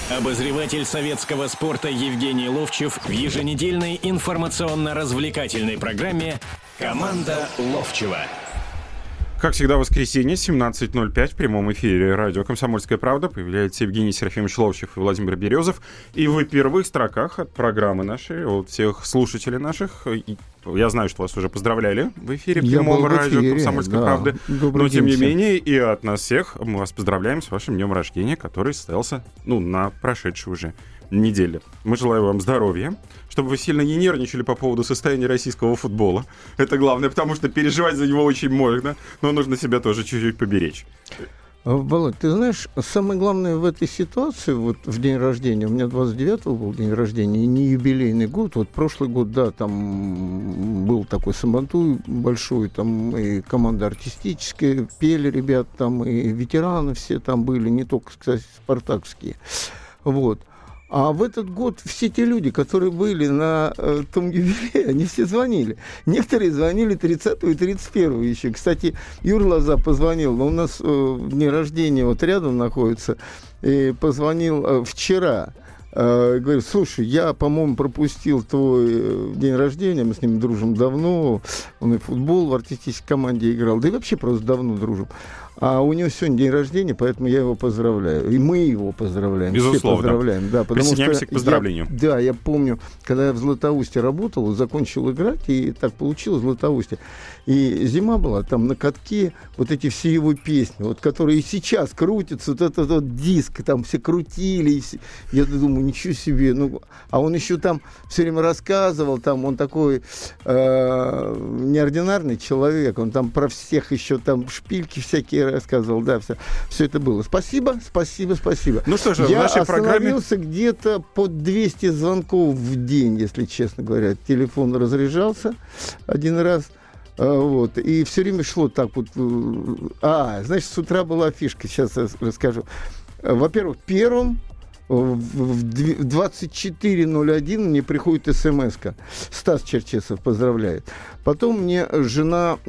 Обозреватель советского спорта Евгений Ловчев в еженедельной информационно-развлекательной программе «Команда Ловчева». Как всегда, в воскресенье, 17:05 в прямом эфире радио «Комсомольская правда» появляется Евгений Серафимович Ловчев и Владимир Березов. И в первых строках от программы нашей, от всех слушателей наших, я знаю, что вас уже поздравляли в эфире прямого радио «Комсомольской правды», но тем не менее и от нас всех мы вас поздравляем с вашим днем рождения, который состоялся, на прошедшей уже неделе. Мы желаем вам здоровья, чтобы вы сильно не нервничали по поводу состояния российского футбола. Это главное, потому что переживать за него очень можно, но нужно себя тоже чуть-чуть поберечь. Володь, ты знаешь, самое главное в этой ситуации, вот в день рождения, у меня 29-го был день рождения, и не юбилейный год, вот прошлый год, да, там был такой сабантуй большой, там и команда артистическая, пели ребят, там и ветераны все там были, не только, кстати, спартакские, вот. А в этот год все те люди, которые были на том юбилее, они все звонили. Некоторые звонили 30-го и 31-го еще. Кстати, Юр Лоза позвонил, но у нас день рождения вот рядом находится, и позвонил вчера. Говорит, слушай, я, по-моему, пропустил твой день рождения, мы с ним дружим давно, он и в футбол в артистической команде играл, да и вообще просто давно дружим. А у него сегодня день рождения, поэтому я его поздравляю. И мы его поздравляем. Безусловно. Все поздравляем. Да, присоединяемся к поздравлению. Я помню, когда я в Златоусте работал, закончил играть, и так получилось в Златоусте. И зима была, там на катке вот эти все его песни, вот, которые и сейчас крутятся, вот этот вот диск, там все крутили. И все. Я думаю, ничего себе. А он еще там все время рассказывал, там он такой неординарный человек, он там про всех еще там шпильки всякие рассказывал, да, все это было. Спасибо. Ну что же, я в нашей программе... остановился где-то под 200 звонков в день, если честно говоря. Телефон разряжался один раз, вот, и все время шло так вот. Значит, с утра была фишка, сейчас я расскажу. Во-первых, первым в 24:01 мне приходит смс-ка. Стас Черчесов поздравляет. Потом мне жена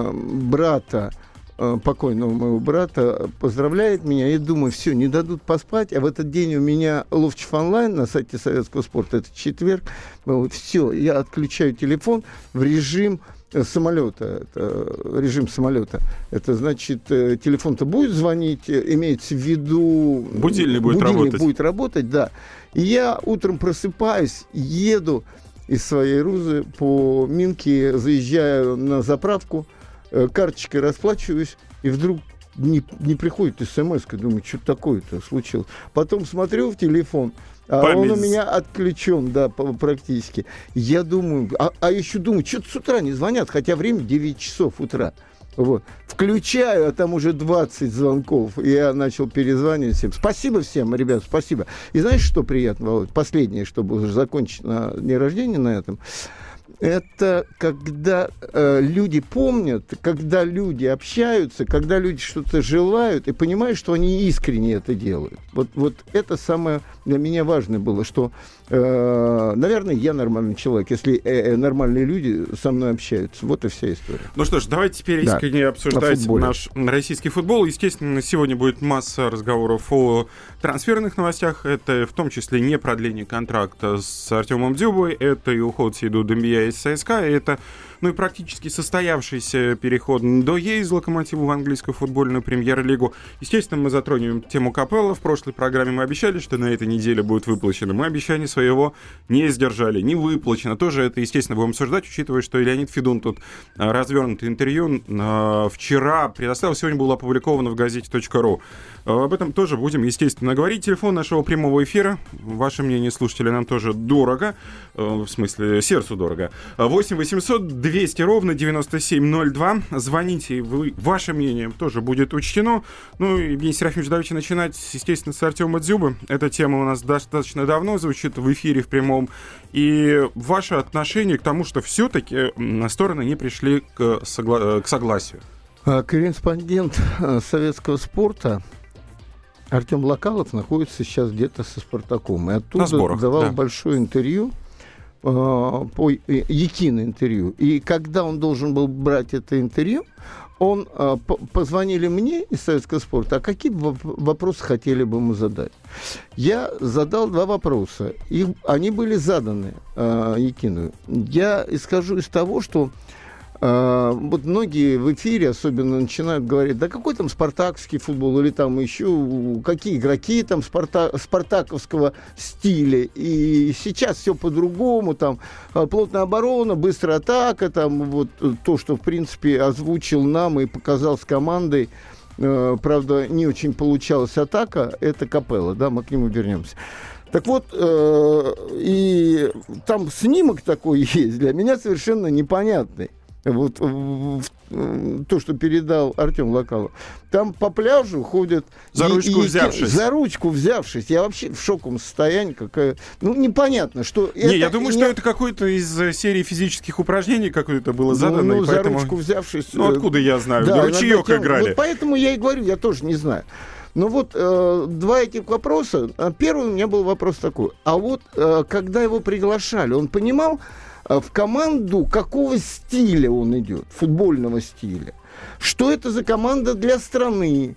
брата, покойного моего брата, поздравляет меня, и думаю, все, не дадут поспать, а в этот день у меня Ловчев онлайн на сайте Советского спорта, это четверг, все, я отключаю телефон в режим самолета, режим самолета. Это значит, телефон-то будет звонить, имеется в виду... Будильник будет работать, да. И я утром просыпаюсь, еду из своей Рузы по Минке, заезжаю на заправку, карточкой расплачиваюсь, и вдруг не приходит смс-ка. Думаю, что такое-то случилось. Потом смотрю в телефон, он у меня отключен, да, практически. Я думаю, еще думаю, что-то с утра не звонят, хотя время 9 часов утра. Вот. Включаю, а там уже 20 звонков. И я начал перезванивать всем. Спасибо всем, ребят, спасибо. И знаешь, что приятно, Володь? Последнее, чтобы уже закончить на день рождения на этом. Это когда люди помнят, когда люди общаются, когда люди что-то желают, и понимают, что они искренне это делают. Вот это самое для меня важное было, что, наверное, я нормальный человек, если нормальные люди со мной общаются. Вот и вся история. Ну что ж, давайте теперь искренне обсуждать наш российский футбол. Естественно, сегодня будет масса разговоров о трансферных новостях. Это в том числе не продление контракта с Артемом Дзюбой, это и уход Сейду Домбия из ЦСКА, это и практически состоявшийся переход Ндое из Локомотива в английскую футбольную премьер-лигу. Естественно, мы затронем тему Капелло. В прошлой программе мы обещали, что на этой неделе будет выплачено. Мы обещание своего не сдержали, не выплачено. Тоже это, естественно, будем обсуждать, учитывая, что Леонид Федун тут развернутое интервью вчера предоставил, сегодня было опубликовано в газете.ру. Об этом тоже будем, естественно, говорить. Телефон нашего прямого эфира. Ваше мнение, слушатели, нам тоже дорого. В смысле, сердцу дорого. 8 800 200 ровно 9702. Звоните, ваше мнение тоже будет учтено. Евгений Серафимович, давайте начинать, естественно, с Артема Дзюбы. Эта тема у нас достаточно давно звучит в эфире в прямом. И ваше отношение к тому, что все-таки стороны не пришли к согласию. Корреспондент советского спорта Артем Локалов находится сейчас где-то со «Спартаком». И оттуда давал большое интервью, по Якино интервью. И когда он должен был брать это интервью, он позвонили мне из Советского спорта, а какие вопросы хотели бы ему задать? Я задал 2 вопроса. Они были заданы Якину. Я исхожу из того, что вот многие в эфире особенно начинают говорить, да какой там спартаковский футбол или там еще какие игроки там спартаковского стиля. И сейчас все по-другому, там плотная оборона, быстрая атака, там вот то, что в принципе озвучил нам и показал с командой. Правда, не очень получалась атака, это Капелло, да, мы к нему вернемся. Так вот, и там снимок такой есть, для меня совершенно непонятный. Вот то, что передал Артем Локалов. Там по пляжу ходят... За ручку взявшись. За ручку взявшись. Я вообще в шоковом состоянии. Непонятно, что... Я думаю, что это какой-то из серии физических упражнений какое-то было задано. За ручку взявшись... откуда я знаю? Да, ручеёк играли. Вот поэтому я и говорю, я тоже не знаю. Ну вот 2 этих вопроса. Первый у меня был вопрос такой. А вот когда его приглашали, он понимал, в команду какого стиля он идет, футбольного стиля? Что это за команда для страны?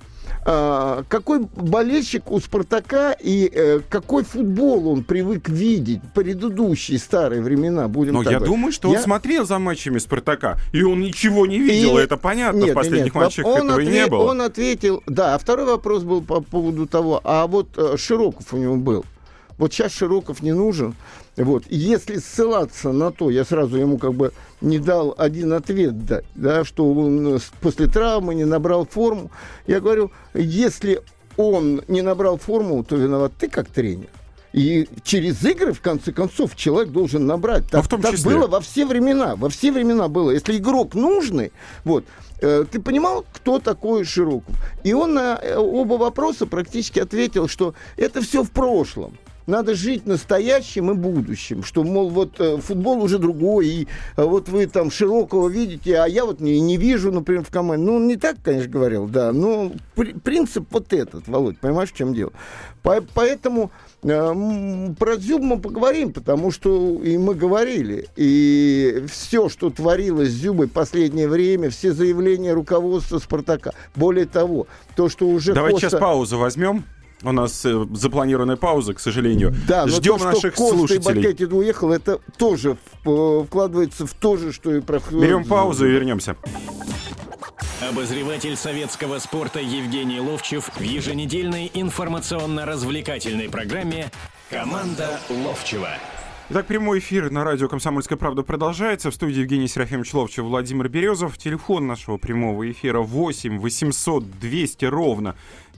Какой болельщик у «Спартака» и какой футбол он привык видеть в предыдущие старые времена? Я думаю, что он смотрел за матчами «Спартака», и он ничего не видел, это понятно, в последних матчах этого и не было. Он ответил, да, а второй вопрос был по поводу того, а вот Широков у него был. Вот сейчас Широков не нужен. Вот. И если ссылаться на то, я сразу ему как бы не дал один ответ дать, да, что он после травмы не набрал форму. Я говорю, если он не набрал форму, то виноват ты как тренер. И через игры, в конце концов, человек должен набрать. Так было во все времена. Во все времена было. Если игрок нужный, вот, ты понимал, кто такой Широков? И он на оба вопроса практически ответил, что это все в прошлом. Надо жить настоящим и будущим, что, мол, вот футбол уже другой, и вот вы там Широкого видите, а я вот не вижу, например, в команде. Ну, он не так, конечно, говорил, да, но принцип вот этот, Володь, понимаешь, в чем дело? Поэтому про Дзюбу мы поговорим, потому что и мы говорили, и все, что творилось с Дзюбой в последнее время, все заявления руководства «Спартака», более того, то, что уже... Давайте сейчас паузу возьмем. У нас запланированная пауза, к сожалению. Да, ждем то, наших что слушателей. Коста и Бакетти уехал, это тоже вкладывается в то же, что и про... Берем паузу и вернемся. Обозреватель советского спорта Евгений Ловчев в еженедельной информационно-развлекательной программе «Команда Ловчева». Итак, прямой эфир на радио «Комсомольская правда» продолжается. В студии Евгений Серафимович Ловчев, Владимир Березов. Телефон нашего прямого эфира 8 800 200 ровно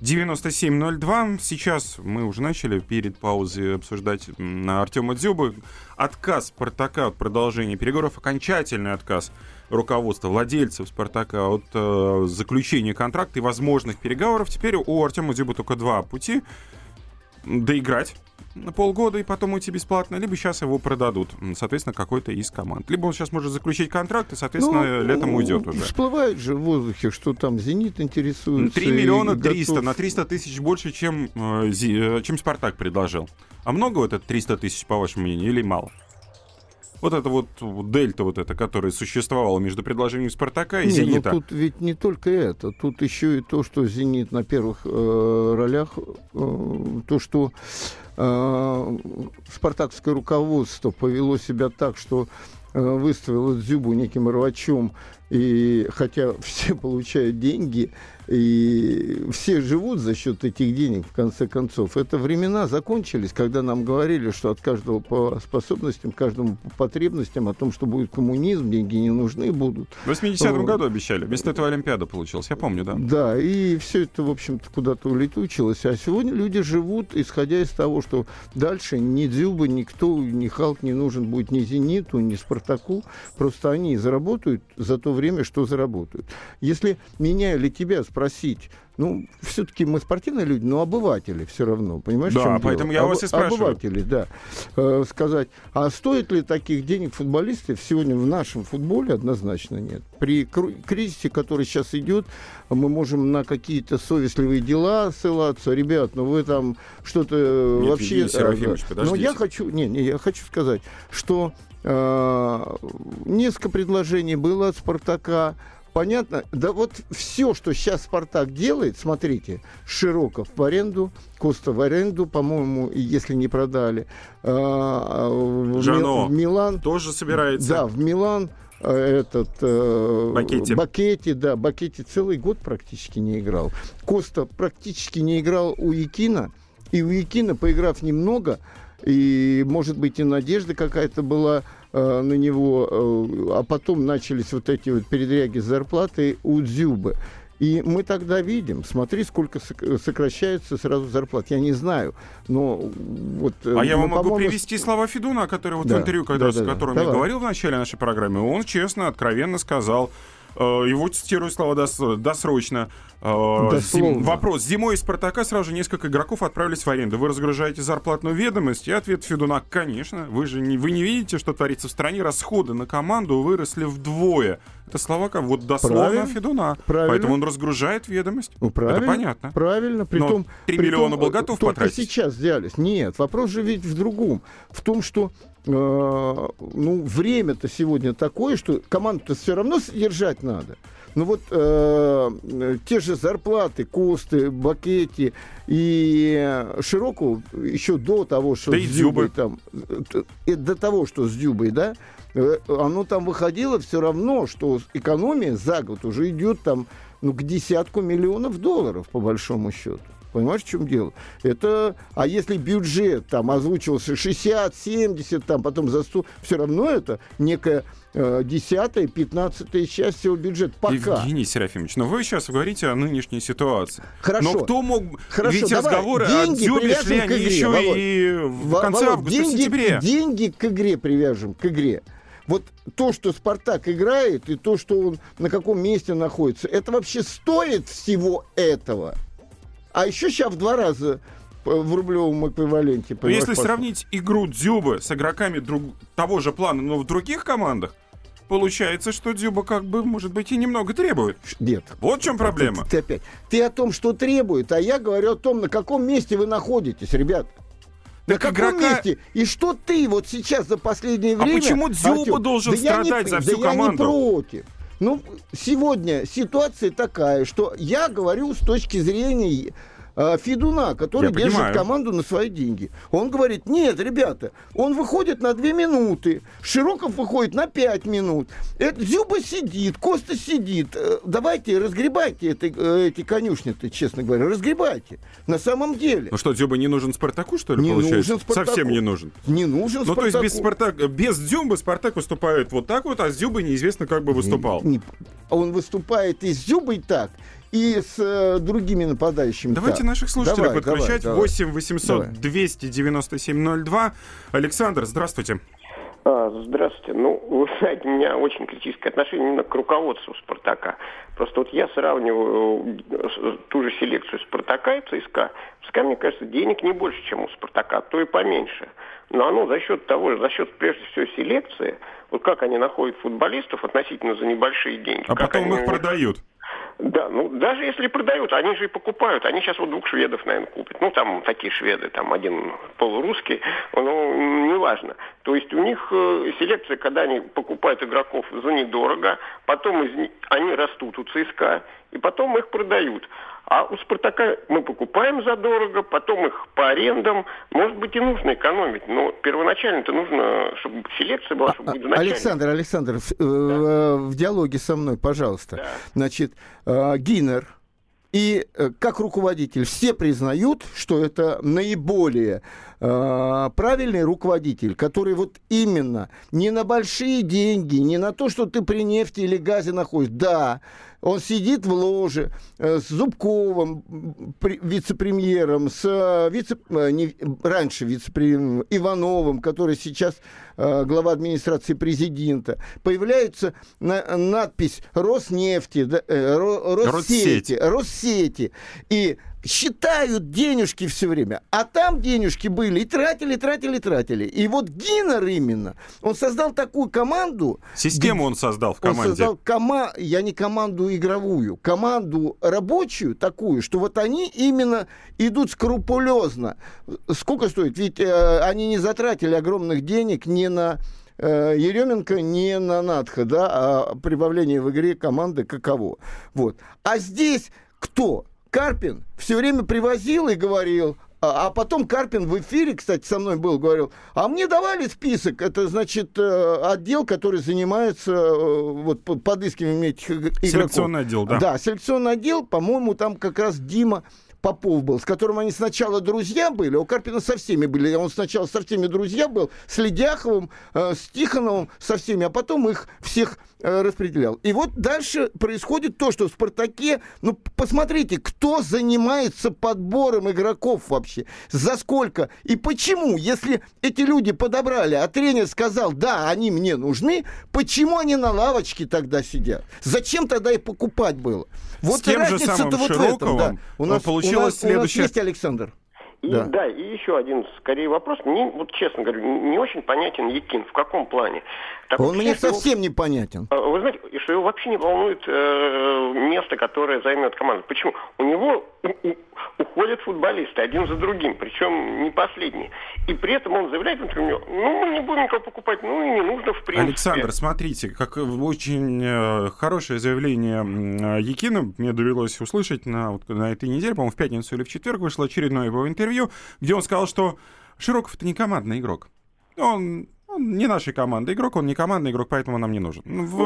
9702. Сейчас мы уже начали перед паузой обсуждать Артема Дзюбу. Отказ «Спартака» от продолжения переговоров, окончательный отказ руководства, владельцев «Спартака» от заключения контракта и возможных переговоров. Теперь у Артема Дзюбы только 2 пути: доиграть на полгода и потом уйти бесплатно, либо сейчас его продадут, соответственно, какой-то из команд. Либо он сейчас может заключить контракт и, соответственно, летом уйдет уже. Всплывает же в воздухе, что там «Зенит» интересуется. 3 миллиона 300, на 300 тысяч больше, чем «Спартак» предложил. А много вот это 300 тысяч, по вашему мнению, или мало? Вот это вот дельта, вот эта, которая существовала между предложением «Спартака» и «Зенита». Тут ведь не только это. Тут еще и то, что «Зенит» на первых ролях, то, что спартаковское руководство повело себя так, что выставило Дзюбу неким рвачом, и хотя все получают деньги, и все живут за счет этих денег, в конце концов. Это времена закончились, когда нам говорили, что от каждого по способностям, каждому по потребностям, о том, что будет коммунизм, деньги не нужны будут. В 80-м году обещали. Вместо этого Олимпиада получилась, я помню, да? Да, и все это, в общем-то, куда-то улетучилось. А сегодня люди живут, исходя из того, что дальше ни Дзюба, никто, ни Халк не нужен будет ни «Зениту», ни «Спартаку». Просто они заработают за то время, что заработают. Если меня или тебя спросить, все-таки мы спортивные люди, но обыватели все равно, понимаешь, да, в чем поэтому дело? Я вас и спрашиваю. Обыватели, да. Сказать, а стоит ли таких денег футболисты? Сегодня в нашем футболе однозначно нет. При кризисе, который сейчас идет, мы можем на какие-то совестливые дела ссылаться. Ребят, вы там что-то нет, вообще... Евгений Серафимович, подождите. Но я хочу сказать, что несколько предложений было от «Спартака» понятно. Да вот все, что сейчас «Спартак» делает, смотрите, Широков в аренду, Коста в аренду, по-моему, если не продали. Жано в Милан. Тоже собирается. Да, в Милан. Бакетти целый год практически не играл. Коста практически не играл у Якина. И у Якина, поиграв немного, и, может быть, и надежда какая-то была на него, а потом начались вот эти вот передряги с зарплатой у Дзюбы. И мы тогда видим, смотри, сколько сокращается сразу зарплат. Я не знаю, но вот... я вам могу привести слова Федуна, который вот в интервью, с которым я говорил в начале нашей программы, он честно, откровенно сказал, его цитирую слова досрочно. Вопрос. Зимой из «Спартака» сразу же несколько игроков отправились в аренду. Вы разгружаете зарплатную ведомость? И ответ Федуна: конечно. Вы не видите, что творится в стране? Расходы на команду выросли вдвое. Это слова вот дословно Федуна. Правильно. Поэтому он разгружает ведомость. Правильно, это понятно. Правильно. Но 3 миллиона был готов потратить. Только сейчас взялись. Нет, вопрос же ведь в другом. В том, что время-то сегодня такое, что команду-то все равно содержать надо. Ну вот те же зарплаты Косты, Бакетти и Широкову еще до того, что да с Дзюбой там, до того, что с Дзюбой, да, оно там выходило все равно, что экономия за год уже идет там, к $10 миллионов, по большому счету. Понимаешь, в чем дело? А если бюджет там озвучивался 60-70, там потом за 100, все равно это некая 10-я, 15-я часть всего бюджета. Пока. Евгений Серафимович, но вы сейчас говорите о нынешней ситуации. Хорошо. Но кто мог... Хорошо, ведь разговоры о Дзюбе шли они еще и в конце августа, в сентябре. Деньги к игре привяжем, к игре. Вот то, что «Спартак» играет, и то, что он на каком месте находится, это вообще стоит всего этого? А еще сейчас в 2 раза в рублевом эквиваленте. Если сравнить игру Дзюбы с игроками того же плана, но в других командах, получается, что Дзюба может быть, и немного требует. Нет. Вот в чем проблема. Ты опять. Ты о том, что требует, а я говорю о том, на каком месте вы находитесь, ребят. На каком месте? И что ты вот сейчас за последнее время... А почему Дзюба должен страдать за всю команду? Я не против. Сегодня ситуация такая, что я говорю с точки зрения Федуна, который держит команду на свои деньги. Он говорит: нет, ребята, он выходит на 2 минуты, Широков выходит на 5 минут, Дзюба сидит, Коста сидит. Давайте, разгребайте эти конюшни-то, честно говоря, разгребайте. На самом деле. Ну что, Дзюба не нужен «Спартаку», что ли, не получается? Нужен «Спартаку». Совсем не нужен? Не нужен «Спартаку». То есть без Дзюбы «Спартак» выступает вот так вот, а с Дзюбой неизвестно, как бы выступал. Он выступает и с Дзюбой так, и с другими нападающими. Давайте наших слушателей подключать. 8 800 297 02. Александр, здравствуйте. Здравствуйте. Вы знаете, у меня очень критическое отношение именно к руководству «Спартака». Просто вот я сравниваю ту же селекцию «Спартака» и ЦСКА. ЦСКА, мне кажется, денег не больше, чем у «Спартака», а то и поменьше. Но оно за счет прежде всего селекции, вот как они находят футболистов относительно за небольшие деньги. А потом их продают. Да, даже если продают, они же и покупают. Они сейчас 2 шведов, наверное, купят. Там такие шведы, там один полурусский, неважно. То есть у них селекция, когда они покупают игроков за недорого, потом они растут у ЦСКА, и потом их продают. А у «Спартака» мы покупаем задорого, потом их по арендам. Может быть, и нужно экономить, но первоначально-то нужно, чтобы селекция была, чтобы изначально... Александр, в диалоге со мной, пожалуйста. Да. Значит, Гиннер и как руководитель все признают, что это наиболее правильный руководитель, который вот именно не на большие деньги, не на то, что ты при нефти или газе находишься. Да, он сидит в ложе с Зубковым, вице-премьером, раньше вице-премьером Ивановым, который сейчас глава администрации президента. Появляется надпись «Роснефти», Россети. И считают денежки все время. А там денежки были и тратили. И вот Гиннер именно, он создал такую команду. Систему он создал в команде. Он создал я не команду игровую, команду рабочую такую, что вот они именно идут скрупулезно. Сколько стоит? Ведь они не затратили огромных денег ни на Еременко не на Надха, да, а прибавление в игре команды каково. Вот. А здесь кто? Карпин все время привозил и говорил, а потом Карпин в эфире, кстати, со мной был, говорил, а мне давали список, это, значит, отдел, который занимается вот, подыскиванием этих игроков. Селекционный отдел, да. Да, селекционный отдел, по-моему, там как раз Дима Попов был, с которым они сначала друзья были, у Карпина со всеми были, он сначала со всеми друзья был, с Ледяховым, с Тихоновым, со всеми, а потом их всех распределял. И вот дальше происходит то, что в «Спартаке», ну, посмотрите, кто занимается подбором игроков вообще, за сколько и почему, если эти люди подобрали, а тренер сказал, да, они мне нужны, почему они на лавочке тогда сидят? Зачем тогда их покупать было? Вот с тем же самым вот Широковым в этом, да. получилось следующее. У нас есть Александр. И, да, и еще один, скорее, вопрос. Мне, вот честно говорю, не очень понятен Якин. В каком плане? Он мне совсем непонятен. Вы знаете, что его вообще не волнует место, которое займет команда. Почему? У него уходят футболисты один за другим, причем не последние. И при этом он заявляет, например, мы не будем никого покупать, и не нужно в принципе. Александр, смотрите, как очень хорошее заявление Якина мне довелось услышать на этой неделе, по-моему, в пятницу или в четверг вышло очередное его интервью, где он сказал, что Широков — это не командный игрок. Он не нашей команды игрок, он не командный игрок, поэтому нам не нужен.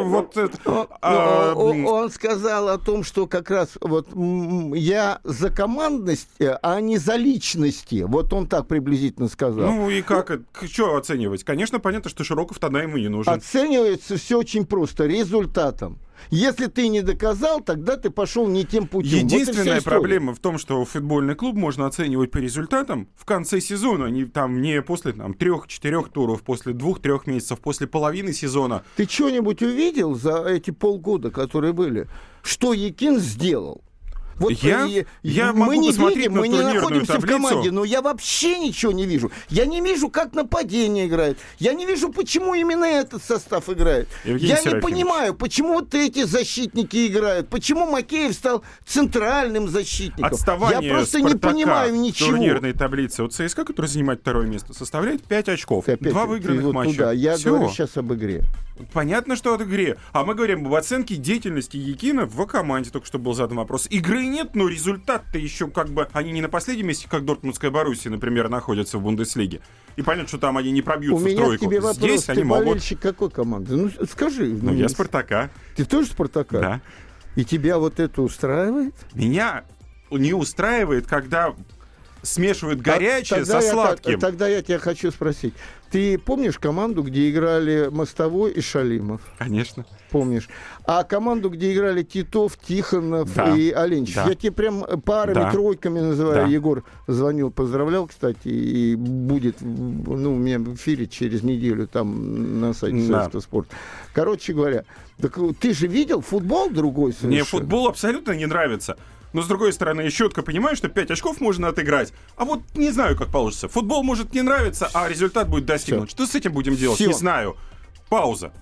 Он сказал о том, что как раз вот я за командность, а не за личности. Вот он так приблизительно сказал. Ну и как? Что оценивать? Конечно, понятно, что Широков тогда ему не нужен. Оценивается все очень просто. Результатом. Если ты не доказал, тогда ты пошел не тем путем. Единственная вот проблема в том, что футбольный клуб можно оценивать по результатам в конце сезона, не после 3-4 туров, после 2-3 месяцев, после половины сезона. Ты что-нибудь увидел за эти полгода, которые были? Что Якин сделал? Вот я могу посмотреть на турнирную таблицу. Мы не находимся в команде, но я вообще ничего не вижу. Я не вижу, как нападение играет. Я не вижу, почему именно этот состав играет. Я не понимаю, почему вот эти защитники играют. Почему Макеев стал центральным защитником. Отставание я просто не понимаю ничего. В турнирной таблице от ЦСКА, который занимает 2 место, составляет 5 очков. 2 выигранных матча. Туда. Я говорю сейчас об игре. Понятно, что об игре. А мы говорим об оценке деятельности Якина в команде. Только что был задан вопрос. Игры нет, но результат-то еще как бы... Они не на последнем месте, как Дортмундская Боруссия, например, находятся в Бундеслиге. И понятно, что там они не пробьются в тройку. У меня к тебе вопрос. Здесь ты они могут... болельщик какой команды? Ну, скажи. Я «Спартака». Ты тоже «Спартака»? Да. И тебя вот это устраивает? Меня не устраивает, когда смешивают горячее со сладким. Тогда я тебя хочу спросить. Ты помнишь команду, где играли Мостовой и Шалимов? Конечно. Помнишь. А команду, где играли Титов, Тихонов и Оленчев? Да. Я тебе прям парами, тройками называю. Да. Егор звонил, поздравлял, кстати, и будет у меня в эфире через неделю там на сайте Советского спорта. Короче говоря, так ты же видел футбол другой совершенно? Мне футбол абсолютно не нравится. Но, с другой стороны, я четко понимаю, что 5 очков можно отыграть. А вот не знаю, как получится. Футбол может не нравиться, а результат будет достигнут. Все. Что с этим будем делать? Не знаю. Пауза.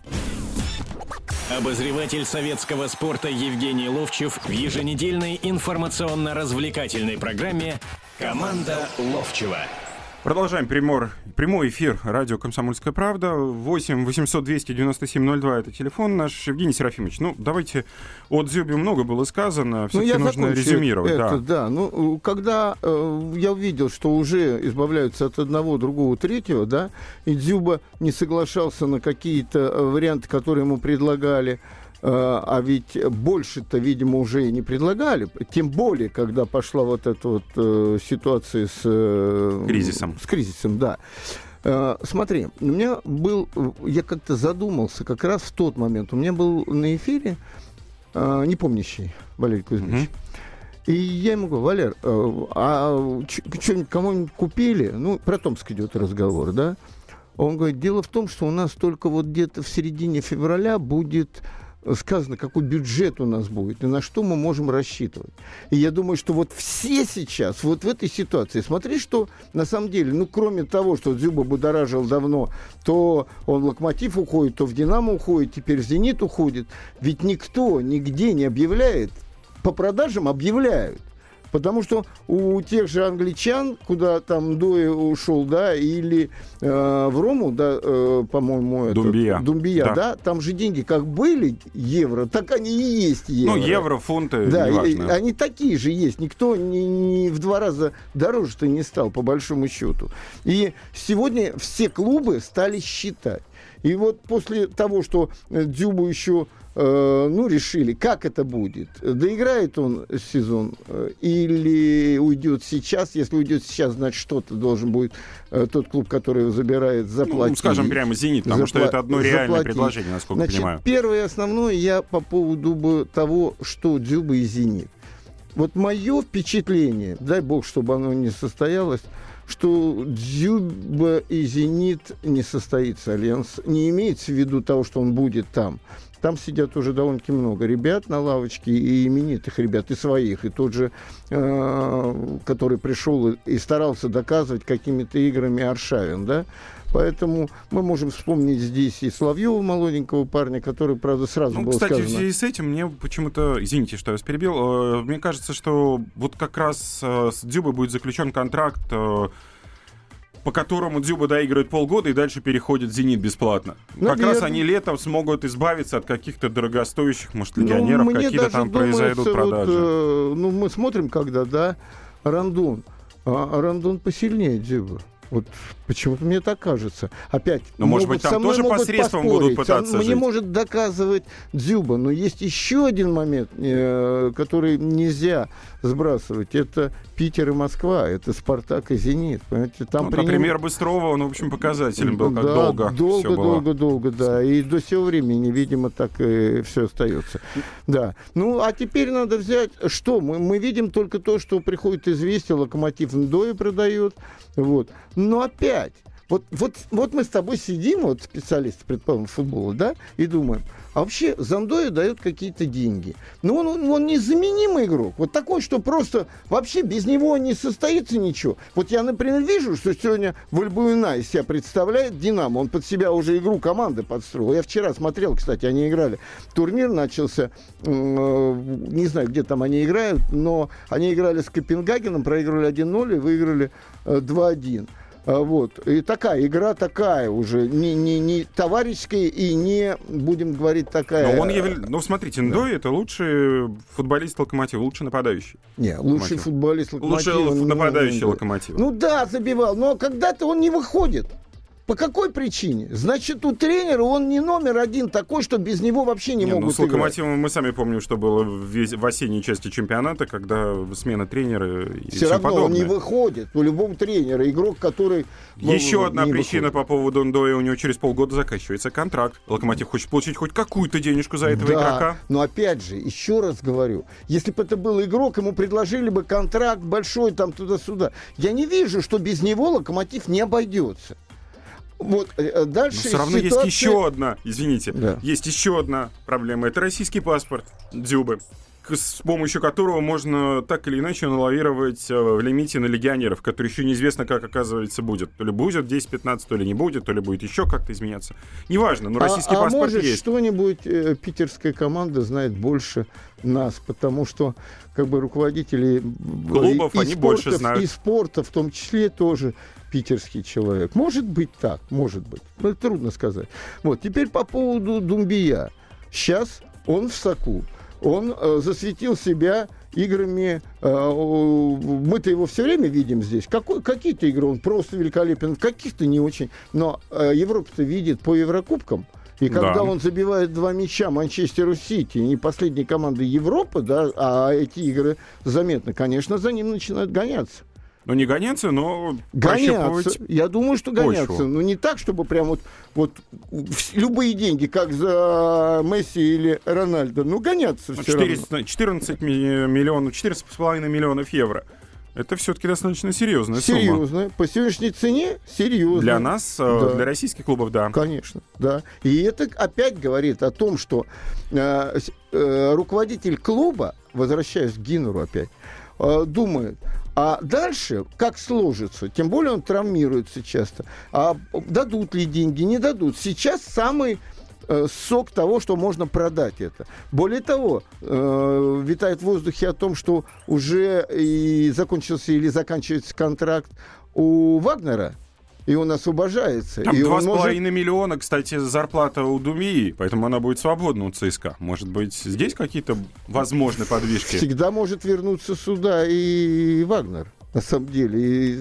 Обозреватель советского спорта Евгений Ловчев в еженедельной информационно-развлекательной программе «Команда Ловчева». Продолжаем прямой эфир радио «Комсомольская правда». 8 800 297 02 — это телефон наш. Евгений Серафимович, давайте от Дзюбе много было сказано, все-таки нужно резюмировать. Да. Когда я увидел, что уже избавляются от одного, другого, третьего, да, и Дзюба не соглашался на какие-то варианты, которые ему предлагали, а ведь больше-то, видимо, уже и не предлагали. Тем более, когда пошла вот эта вот ситуация с кризисом, да. Смотри, я как-то задумался как раз в тот момент. У меня был на эфире непомнящий Валерий Кузьмич. И я ему говорю: Валер, что-нибудь кому-нибудь купили? Про Томск идет разговор, да? Он говорит: дело в том, что у нас только вот где-то в середине февраля будет сказано, какой бюджет у нас будет и на что мы можем рассчитывать. И я думаю, что вот все сейчас, вот в этой ситуации, смотри, что на самом деле, кроме того, что Дзюба будоражил давно, то он в «Локомотив» уходит, то в «Динамо» уходит, теперь в «Зенит» уходит. Ведь никто нигде не объявляет, по продажам объявляют. Потому что у тех же англичан, куда там Дой ушел, да, или в Рому, да, по-моему, Думбия, да, там же деньги как были евро, так они и есть евро. Ну, евро, фунты, да, неважно. Они такие же есть. Никто не в 2 раза дороже-то не стал, по большому счету. И сегодня все клубы стали считать. И вот после того, что Дзюбу еще решили, как это будет, доиграет он сезон или уйдет сейчас. Если уйдет сейчас, значит, что-то должен будет тот клуб, который его забирает, заплатить. Ну, скажем прямо «Зенит», потому что это одно реальное предложение, насколько понимаю. Первое основное я по поводу того, что Дзюба и «Зенит». Вот мое впечатление, дай бог, чтобы оно не состоялось, что Дзюба и «Зенит» не состоится альянс. Не имеется в виду того, что он будет там. Там сидят уже довольно-таки много ребят на лавочке, и именитых ребят, и своих, и тот же, который пришел и старался доказывать какими-то играми Аршавин, да. Поэтому мы можем вспомнить здесь и Соловьева, молоденького парня, который, правда, сразу был сказано... Кстати, в связи с этим мне почему-то... Извините, что я вас перебил. Мне кажется, что вот как раз с Дзюбой будет заключен контракт, по которому Дзюба доигрывает полгода и дальше переходит в «Зенит» бесплатно. Как раз они летом смогут избавиться от каких-то дорогостоящих, может, легионеров, какие-то там произойдут продажи. Мы смотрим, когда, да, Рандон. А Рандон посильнее Дзюба. Вот почему-то мне так кажется. Опять, но, может быть, там тоже посредством будут пытаться жить. Мне может доказывать Дзюба. Но есть еще один момент, который нельзя сбрасывать. Это Питер и Москва. Это «Спартак» и «Зенит». Понимаете? Там например, Быстрова, он, в общем, показателен был, как долго, да. И до сего времени, видимо, так и все остается. Да. Ну, а теперь надо взять... Что? Мы видим только то, что приходит известие, «Локомотив» Ндои продает. Вот. Но опять, вот мы с тобой сидим, вот специалисты, предположим, футбола, да, и думаем, а вообще Зандоя дает какие-то деньги. Но он незаменимый игрок. Вот такой, что просто вообще без него не состоится ничего. Вот я, например, вижу, что сегодня Вальбуина из себя представляет «Динамо». Он под себя уже игру команды подстроил. Я вчера смотрел, кстати, они играли. Турнир начался, не знаю, где там они играют, но они играли с Копенгагеном, проиграли 1-0 и выиграли 2-1. Вот. И такая игра уже не товарищеская и не, будем говорить, такая... Но смотрите, Ндои это лучший футболист «Локомотива», лучший нападающий. Не, лучший футболист «Локомотива». Лучший нападающий «Локомотива». Ну да, забивал, но когда-то он не выходит. По какой причине? Значит, у тренера он не номер один такой, что без него вообще не могут играть. С «Локомотивом» мы сами помним, что было в осенней части чемпионата, когда смена тренера и все равно подобное. Он не выходит. У любого тренера игрок, который... Еще одна причина по поводу Ндоя: у него через полгода заканчивается контракт. «Локомотив» хочет получить хоть какую-то денежку за этого игрока. Но опять же, еще раз говорю, если бы это был игрок, ему предложили бы контракт большой там туда-сюда. Я не вижу, что без него «Локомотив» не обойдется. Вот, дальше но все равно есть еще одна, есть еще одна проблема. Это российский паспорт Дзюбы, с помощью которого можно так или иначе налавировать в лимите на легионеров, который еще неизвестно, как, оказывается, будет. То ли будет 10-15, то ли не будет, то ли будет еще как-то изменяться. Неважно, но российский паспорт может, есть. Что-нибудь питерская команда знает больше нас, потому что как бы руководители клубов они больше знают. И спорта в том числе тоже питерский человек. Может быть так, может быть. Но это трудно сказать. Вот, теперь по поводу Думбия. Сейчас он в соку. Он засветил себя играми. Мы-то его все время видим здесь. Какие-то игры он просто великолепен, каких-то не очень. Но Европа-то видит по Еврокубкам. И когда он забивает 2 мяча Манчестеру Сити, не последней команды Европы, да, а эти игры заметны, конечно, за ним начинают гоняться. Ну, не гоняться, но гоняться. Я думаю, что гоняться. Почву. Но не так, чтобы прям вот любые деньги, как за Месси или Рональдо. Ну, гоняться все равно. 14 миллионов, 14,5 миллионов евро. Это все-таки достаточно серьезная сумма. Серьезная. По сегодняшней цене серьезная. Для нас, да. Для российских клубов, да. Конечно, да. И это опять говорит о том, что руководитель клуба, возвращаясь к Гиннеру опять, думает, а дальше как сложится? Тем более он травмируется часто. А дадут ли деньги, не дадут? Сейчас самый сок того, что можно продать это. Более того, витает в воздухе о том, что уже и закончился или заканчивается контракт у Вагнера, и он освобождается. Там 2,5 может... миллиона, кстати, зарплата у Думии, поэтому она будет свободна у ЦСКА. Может быть, здесь какие-то возможны подвижки? Всегда может вернуться сюда и Вагнер, на самом деле. И...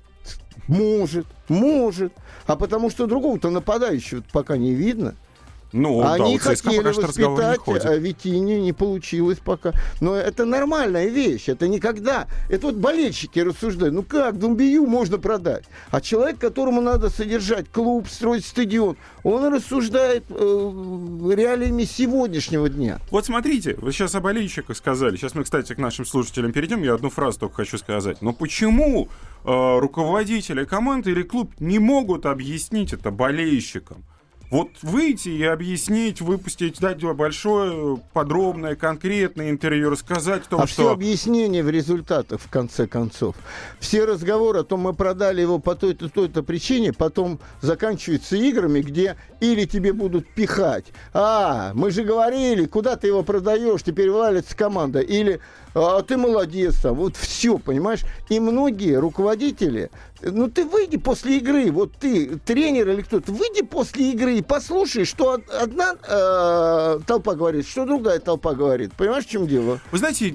Может. А потому что другого-то нападающего пока не видно. Ну, они да, хотели воспитать, а Витине не получилось пока. Но это нормальная вещь. Это никогда... Это вот болельщики рассуждают. Ну как, Думбию можно продать? А человек, которому надо содержать клуб, строить стадион, он рассуждает реалиями сегодняшнего дня. Вот смотрите, вы сейчас о болельщиках сказали. Сейчас мы, кстати, к нашим слушателям перейдем. Я одну фразу только хочу сказать. Но почему руководители команды или клуб не могут объяснить это болельщикам? Вот выйти и объяснить, выпустить, дать большое, подробное, конкретное интервью, рассказать о том, что... все объяснения в результатах, в конце концов. Все разговоры о том, мы продали его по той-то, той-то причине, потом заканчиваются играми, где или тебе будут пихать. Мы же говорили, куда ты его продаешь, теперь валится команда. Или ты молодец там. Вот все, понимаешь? И многие руководители... Ну, ты выйди после игры, вот ты, тренер или кто-то, выйди после игры и послушай, что одна толпа говорит, что другая толпа говорит. Понимаешь, в чем дело? Вы знаете...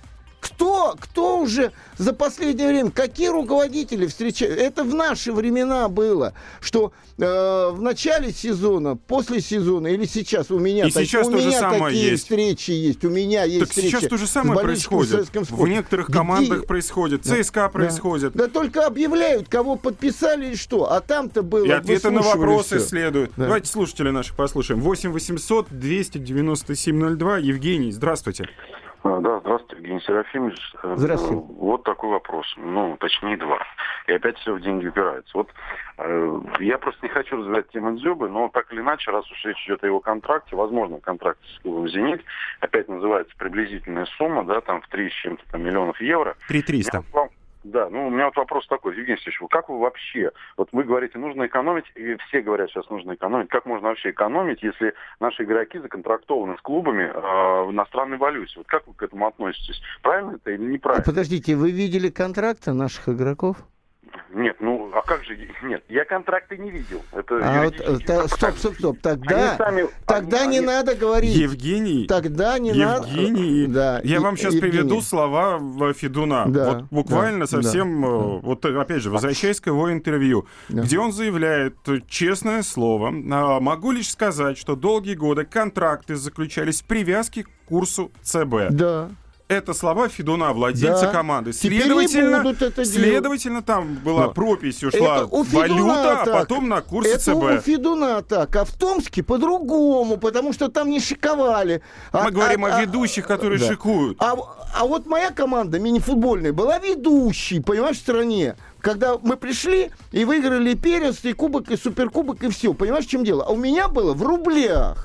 Кто уже за последнее время, какие руководители встречают? Это в наши времена было, что в начале сезона, после сезона или сейчас у меня, такие встречи есть, у меня есть встречи. Так сейчас то же самое происходит. В некоторых командах происходит, ЦСКА происходит. Да только объявляют, кого подписали и что. А там-то было... И ответы на вопросы следуют. Да. Давайте слушателей наших послушаем. 8 800 297 02. Евгений, здравствуйте. Да, здравствуйте, Евгений Серафимович. Здравствуйте. Вот такой вопрос. Точнее, два. И опять все в деньги упирается. Вот я просто не хочу развивать тему Дзюбы, но так или иначе, раз уж речь идет о его контракте, возможно, контракт с клубом «Зенит», опять называется приблизительная сумма, да, там в 3 с чем-то там миллионов евро. 3 300. Да, у меня вот вопрос такой, Евгений Алексеевич, как вы вообще, вот вы говорите, нужно экономить, и все говорят, сейчас нужно экономить, как можно вообще экономить, если наши игроки законтрактованы с клубами в иностранной валюте? Вот как вы к этому относитесь? Правильно это или неправильно? Подождите, вы видели контракты наших игроков? Нет, а как же... Нет, я контракты не видел. Это стоп. Тогда не надо говорить. Евгений. Тогда не надо. Да, я вам сейчас приведу слова Федуна. Да, вот буквально совсем... Вот опять же, возвращаясь к его интервью, где он заявляет, честное слово, могу лишь сказать, что долгие годы контракты заключались в привязке к курсу ЦБ. Да. Это слова Федуна, владельца команды. Следовательно, там была пропись, ушла валюта, а потом на курс ЦБ. Это у Федуна так, а в Томске по-другому, потому что там не шиковали. Мы говорим о ведущих, которые шикуют. А вот моя команда мини-футбольная была ведущей, понимаешь, в стране. Когда мы пришли и выиграли первенство, и кубок, и суперкубок, и все. Понимаешь, в чем дело? А у меня было в рублях.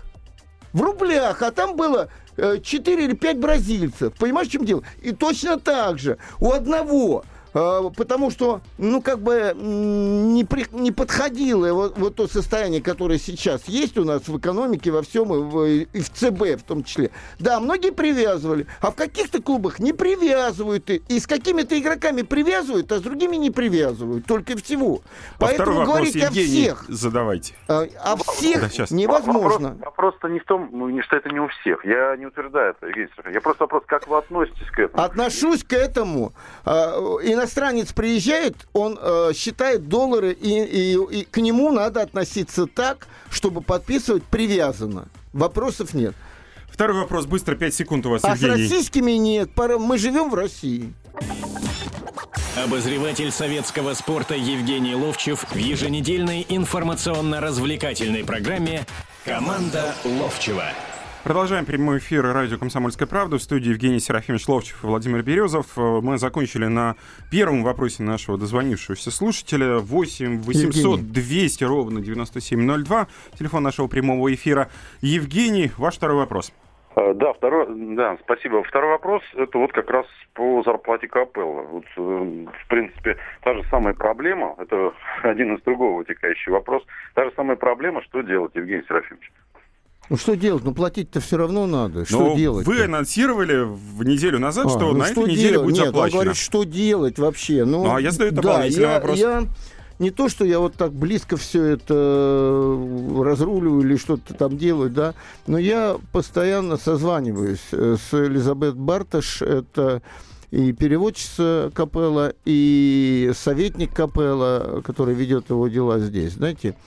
А там было 4 или 5 бразильцев. Понимаешь, в чем дело? И точно так же у одного, потому что, не подходило вот то состояние, которое сейчас есть у нас в экономике, во всем, и в ЦБ в том числе. Да, многие привязывали, а в каких-то клубах не привязывают. И с какими-то игроками привязывают, а с другими не привязывают. Только всего. Поэтому говорить о всех... Задавайте. О всех невозможно. Вопрос-то не в том, что это не у всех. Я не утверждаю это, Евгений Сергеевич. Я просто вопрос, как вы относитесь к этому? Отношусь к этому. Иностранец приезжает, он считает доллары, и к нему надо относиться так, чтобы подписывать привязанно. Вопросов нет. Второй вопрос, быстро, 5 секунд у вас, Евгений. А с российскими нет. Мы живем в России. Обозреватель советского спорта Евгений Ловчев в еженедельной информационно-развлекательной программе «Команда Ловчева». Продолжаем прямой эфир радио «Комсомольская правда». В студии Евгений Серафимович Ловчев и Владимир Березов. Мы закончили на первом вопросе нашего дозвонившегося слушателя. 8 800 200 ровно 9702. Телефон нашего прямого эфира. Евгений, ваш второй вопрос. Да, спасибо. Второй вопрос, это вот как раз по зарплате Капелло. Вот, в принципе, та же самая проблема, это один из другого вытекающий вопрос. Та же самая проблема, что делать, Евгений Серафимович? Ну что делать? Ну платить-то все равно надо. Что делать? Вы анонсировали в неделю назад, что на этой неделе будет заплачено. Нет, он говорит, что делать вообще. А я задаю дополнительный вопрос. Не то, что я вот так близко все это разруливаю или что-то там делаю, да, но я постоянно созваниваюсь с Элизабет Барташ, это и переводчица Капелло, и советник Капелло, который ведет его дела здесь, знаете.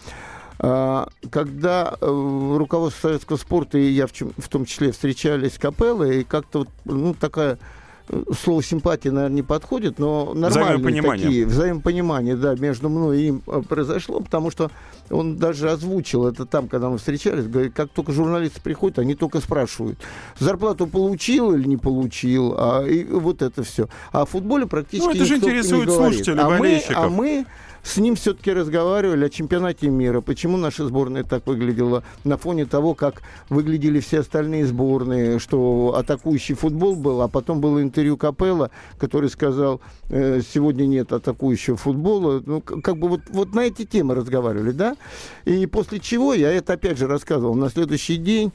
Когда руководство советского спорта и я в том числе встречались с Капелло, и как-то такая... Слово «симпатия», наверное, не подходит, но нормальные такие взаимопонимания, да, между мной и им произошло, потому что он даже озвучил это там, когда мы встречались, говорит, как только журналисты приходят, они только спрашивают, зарплату получил или не получил, и вот это все. А в футболе практически это же никто интересует не говорит. слушателей, болельщиков. А мы с ним все-таки разговаривали о чемпионате мира. Почему наша сборная так выглядела на фоне того, как выглядели все остальные сборные, что атакующий футбол был, а потом было интервью Капелло, который сказал, сегодня нет атакующего футбола. Ну, как бы вот на эти темы разговаривали, да? И после чего, я это опять же рассказывал, на следующий день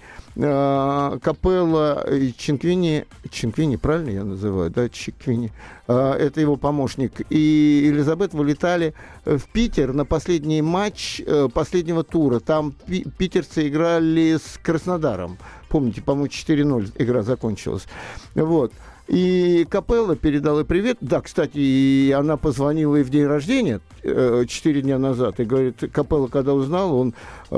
Капелло и Чинквини, правильно я называю, да, Чинквини, это его помощник, и Элизабет вылетали в Питер на последний матч последнего тура. Там питерцы играли с Краснодаром. Помните, по-моему, 4-0 игра закончилась. Вот. И Капелло передал ей привет. Да, кстати, и она позвонила ей в день рождения 4 дня назад. И говорит, Капелло, когда узнал, он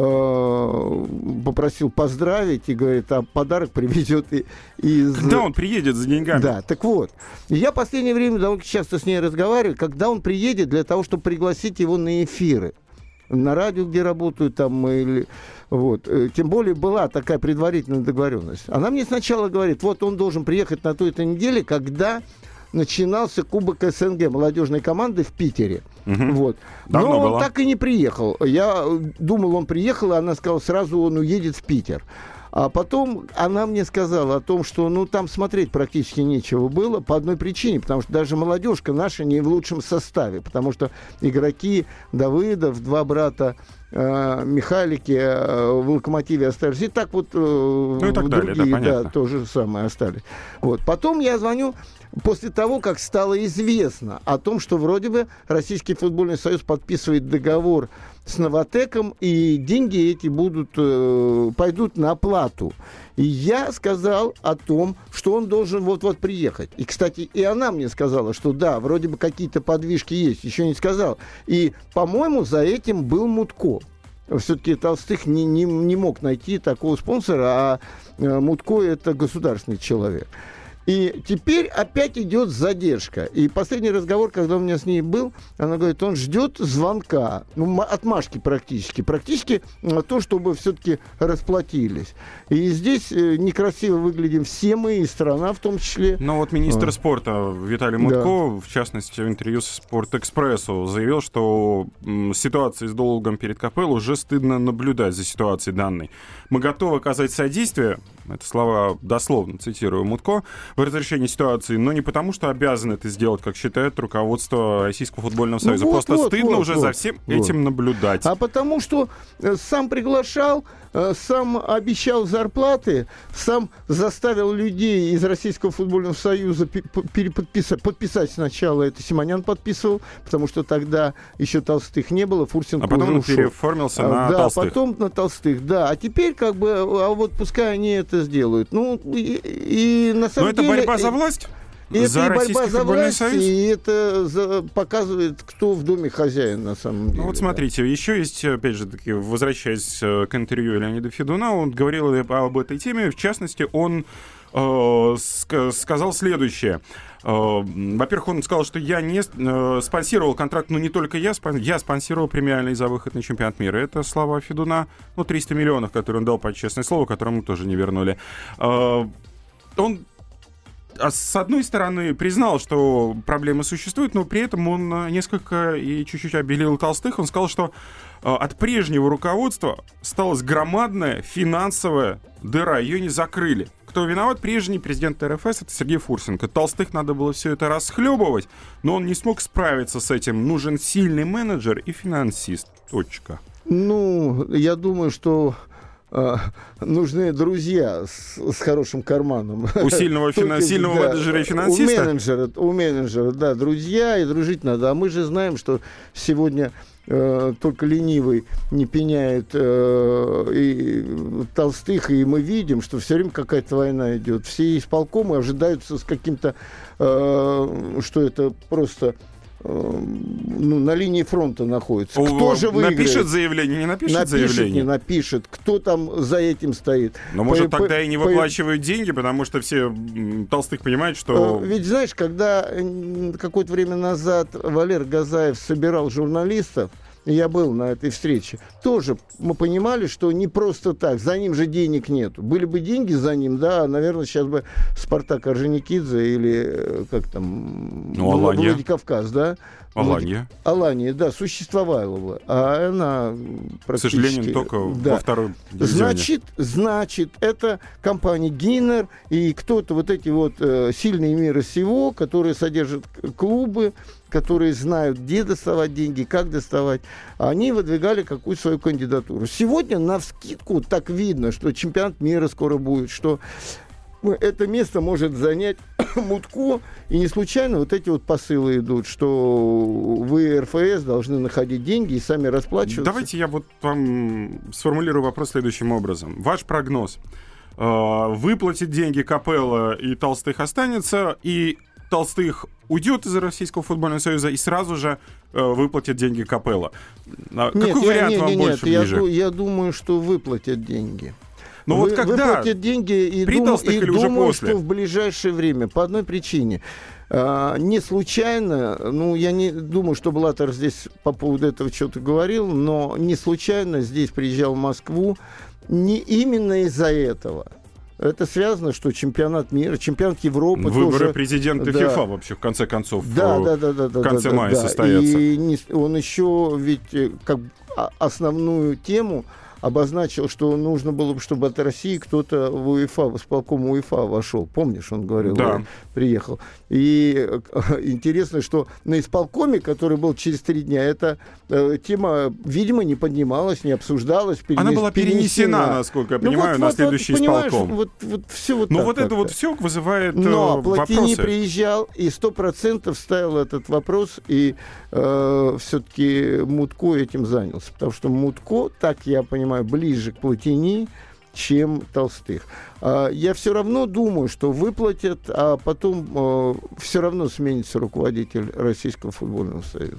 попросил поздравить и говорит, а подарок привезет из... Когда он приедет за деньгами? Да, так вот. Я в последнее время довольно часто с ней разговариваю, когда он приедет для того, чтобы пригласить его на эфиры. На радио, где работают там, или... Вот. Тем более была такая предварительная договоренность. Она мне сначала говорит, вот он должен приехать на той-то неделе, когда начинался Кубок СНГ молодежной команды в Питере. Угу. Вот. Но он так и не приехал. Я думал, он приехал, и она сказала, сразу он уедет в Питер. А потом она мне сказала о том, что там смотреть практически нечего было по одной причине, потому что даже молодежка наша не в лучшем составе, потому что игроки Давыдов, два брата Михалики в «Локомотиве» остались, и так вот и так другие, далее, да, то же самое остались. Вот. Потом я звоню после того, как стало известно о том, что вроде бы Российский футбольный союз подписывает договор с Новотеком, и деньги эти пойдут на оплату. И я сказал о том, что он должен вот-вот приехать. И, кстати, и она мне сказала, что да, вроде бы какие-то подвижки есть, еще не сказал. И, по-моему, за этим был Мутко. Все-таки Толстых не мог найти такого спонсора, а Мутко — это государственный человек. И теперь опять идет задержка. И последний разговор, когда у меня с ней был, она говорит, он ждет звонка, отмашки практически то, чтобы все-таки расплатились. И здесь некрасиво выглядим все мы, и страна в том числе. Но вот министр спорта Виталий Мутко, в частности, в интервью с «Спортэкспрессу» заявил, что ситуация с долгом перед Капелло уже стыдно наблюдать за ситуацией данной. Мы готовы оказать содействие, это слова дословно цитирую Мутко, в разрешении ситуации, но не потому, что обязан это сделать, как считает руководство Российского футбольного союза. Просто стыдно уже за всем этим наблюдать. А потому что сам приглашал, сам обещал зарплаты, сам заставил людей из Российского футбольного союза подписать сначала. Это Симонян подписывал, потому что тогда еще Толстых не было, Фурсенко уже ушел. А потом он переформился на Толстых. Да, потом на Толстых, да. А теперь как бы, вот пускай они это сделают. И на самом деле... Но это борьба за власть? Это и борьба за власть, и это показывает, кто в доме хозяин на самом деле. Вот смотрите, еще есть, опять же, таки, возвращаясь к интервью Леонида Федуна, он говорил об этой теме, в частности, он сказал следующее. Во-первых, он сказал, что я не спонсировал контракт, но не только я спонсировал премиальный за выход на чемпионат мира. Это слова Федуна, 300 миллионов, которые он дал под честное слово, которые ему тоже не вернули. Он с одной стороны признал, что проблемы существуют, но при этом он несколько и чуть-чуть обелил Толстых. Он сказал, что от прежнего руководства осталась громадная финансовая дыра, ее не закрыли. Кто виноват? Прежний президент РФС, это Сергей Фурсенко. Толстых надо было все это расхлебывать, но он не смог справиться с этим. Нужен сильный менеджер и финансист. Точка. Я думаю, что нужны друзья с хорошим карманом. У сильного менеджера и финансиста? У менеджера, да, друзья, и дружить надо. А мы же знаем, что сегодня только ленивый не пеняет и толстых, и мы видим, что все время какая-то война идет. Все исполкомы ожидаются с каким-то, что это просто... на линии фронта находится. Кто же выиграет? Напишет заявление, не напишет заявление? Не напишет. Кто там за этим стоит? Но, может, тогда и не выплачивают деньги, потому что все толстых понимают, что... Ведь, знаешь, когда какое-то время назад Валер Газаев собирал журналистов, я был на этой встрече, тоже мы понимали, что не просто так, за ним же денег нету. Были бы деньги за ним, да, наверное, сейчас бы Спартак Орджоникидзе или как там, Владикавказ, да? Алания, да, существовала бы, а она практически... К сожалению, только во второй дивизионе. Значит, это компания Гиннер и кто-то, вот эти вот сильные мира сего, которые содержат клубы, которые знают, где доставать деньги, как доставать, они выдвигали какую-то свою кандидатуру. Сегодня навскидку так видно, что чемпионат мира скоро будет, что это место может занять Мутко, и не случайно вот эти вот посылы идут, что вы, РФС, должны находить деньги и сами расплачиваться. Давайте я вот вам сформулирую вопрос следующим образом. Ваш прогноз. Выплатит деньги Капелло и Толстых останется, и Толстых уйдет из Российского футбольного союза и сразу же выплатит деньги Капелло. Какой вариант вам больше ближе? Я думаю, что выплатят деньги. Но вот когда? Выплатят деньги и думаю, что в ближайшее время. По одной причине. Не случайно, я не думаю, что Блаттер здесь по поводу этого что-то говорил, но не случайно здесь приезжал в Москву не именно из-за этого. Это связано, что чемпионат мира, чемпионат Европы Выборы тоже, президента ФИФА вообще, в конце концов, в конце мая состоятся. И он еще ведь как основную тему обозначил, что нужно было бы, чтобы от России кто-то в УЕФА, в исполком УЕФА вошел. Помнишь, он говорил, да. Приехал. И интересно, что на исполкоме, который был через 3 дня, эта тема, видимо, не поднималась, не обсуждалась. Она была перенесена, насколько я понимаю, на следующий исполком. Вот все вот но так вот это как-то. Вот все вызывает Но вопросы. Платини приезжал и 100% ставил этот вопрос, и все-таки Мутко этим занялся. Потому что Мутко, так я понимаю, ближе к Платини, чем Толстых. Я все равно думаю, что выплатят, а потом все равно сменится руководитель Российского футбольного союза.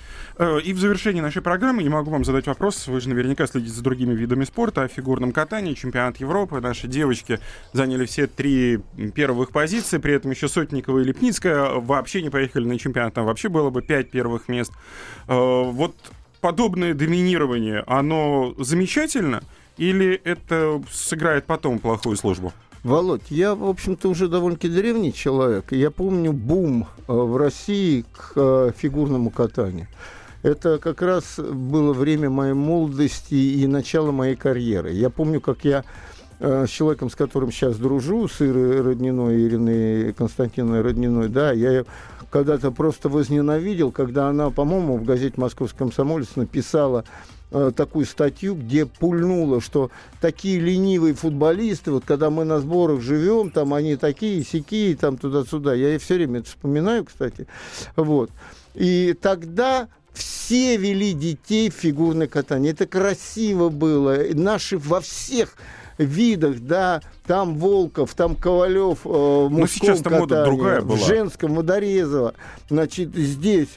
И в завершении нашей программы я могу вам задать вопрос. Вы же наверняка следите за другими видами спорта, о фигурном катании, чемпионат Европы. Наши девочки заняли все 3 первых позиции, при этом еще Сотникова и Лепницкая вообще не поехали на чемпионат. Там вообще было бы 5 первых мест. Вот подобное доминирование, оно замечательно или это сыграет потом плохую службу? Володь, я, в общем-то, уже довольно-таки древний человек. Я помню бум в России к фигурному катанию. Это как раз было время моей молодости и начала моей карьеры. Я помню, как я с человеком, с которым сейчас дружу, с Ирой Родниной, Ириной Константиновной Родниной, да, я ее когда-то просто возненавидел, когда она, по-моему, в газете «Московский комсомолец» написала такую статью, где пульнуло, что такие ленивые футболисты, вот когда мы на сборах живем, там они такие, сякие, там туда-сюда. Я все время это вспоминаю, кстати. Вот. И тогда все вели детей в фигурное катание. Это красиво было. Наши во всех видах, да, там Волков, там Ковалев в мужском катании, в женском Водорезова. Значит, здесь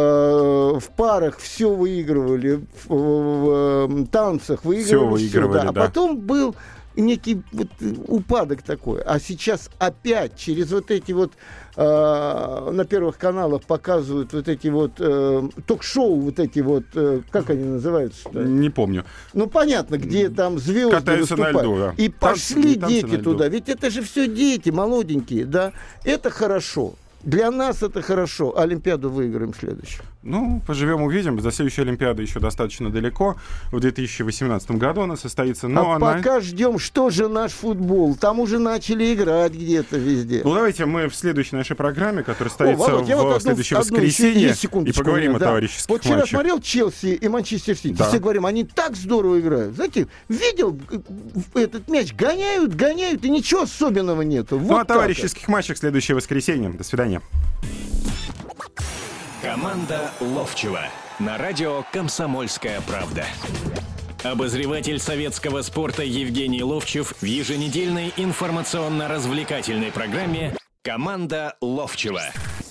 в парах все выигрывали, в танцах выигрывали все, да. А потом был некий вот упадок такой. А сейчас опять через вот эти вот на первых каналах показывают вот эти вот ток-шоу, вот эти вот, как они называются-то? Не помню. Ну, понятно, где там звезды катаются выступают. На льду, да. И пошли дети туда. Ведь это же все дети молоденькие, да. Это хорошо. Для нас это хорошо. Олимпиаду выиграем следующую. Ну, поживем, увидим. До следующей Олимпиады еще достаточно далеко. В 2018 году она состоится. Но пока ждем, что же наш футбол. Там уже начали играть где-то везде. Ну, давайте мы в следующей нашей программе, которая состоится в следующее воскресенье, и поговорим о товарищеских матчах. Вчера смотрел Челси и Манчестер Сити. Все говорим, они так здорово играют. Знаете, видел, этот мяч гоняют, и ничего особенного нету. Ну, о товарищеских матчах в следующее воскресенье. До свидания. Команда Ловчева на радио «Комсомольская правда». Обозреватель советского спорта Евгений Ловчев в еженедельной информационно-развлекательной программе «Команда Ловчева».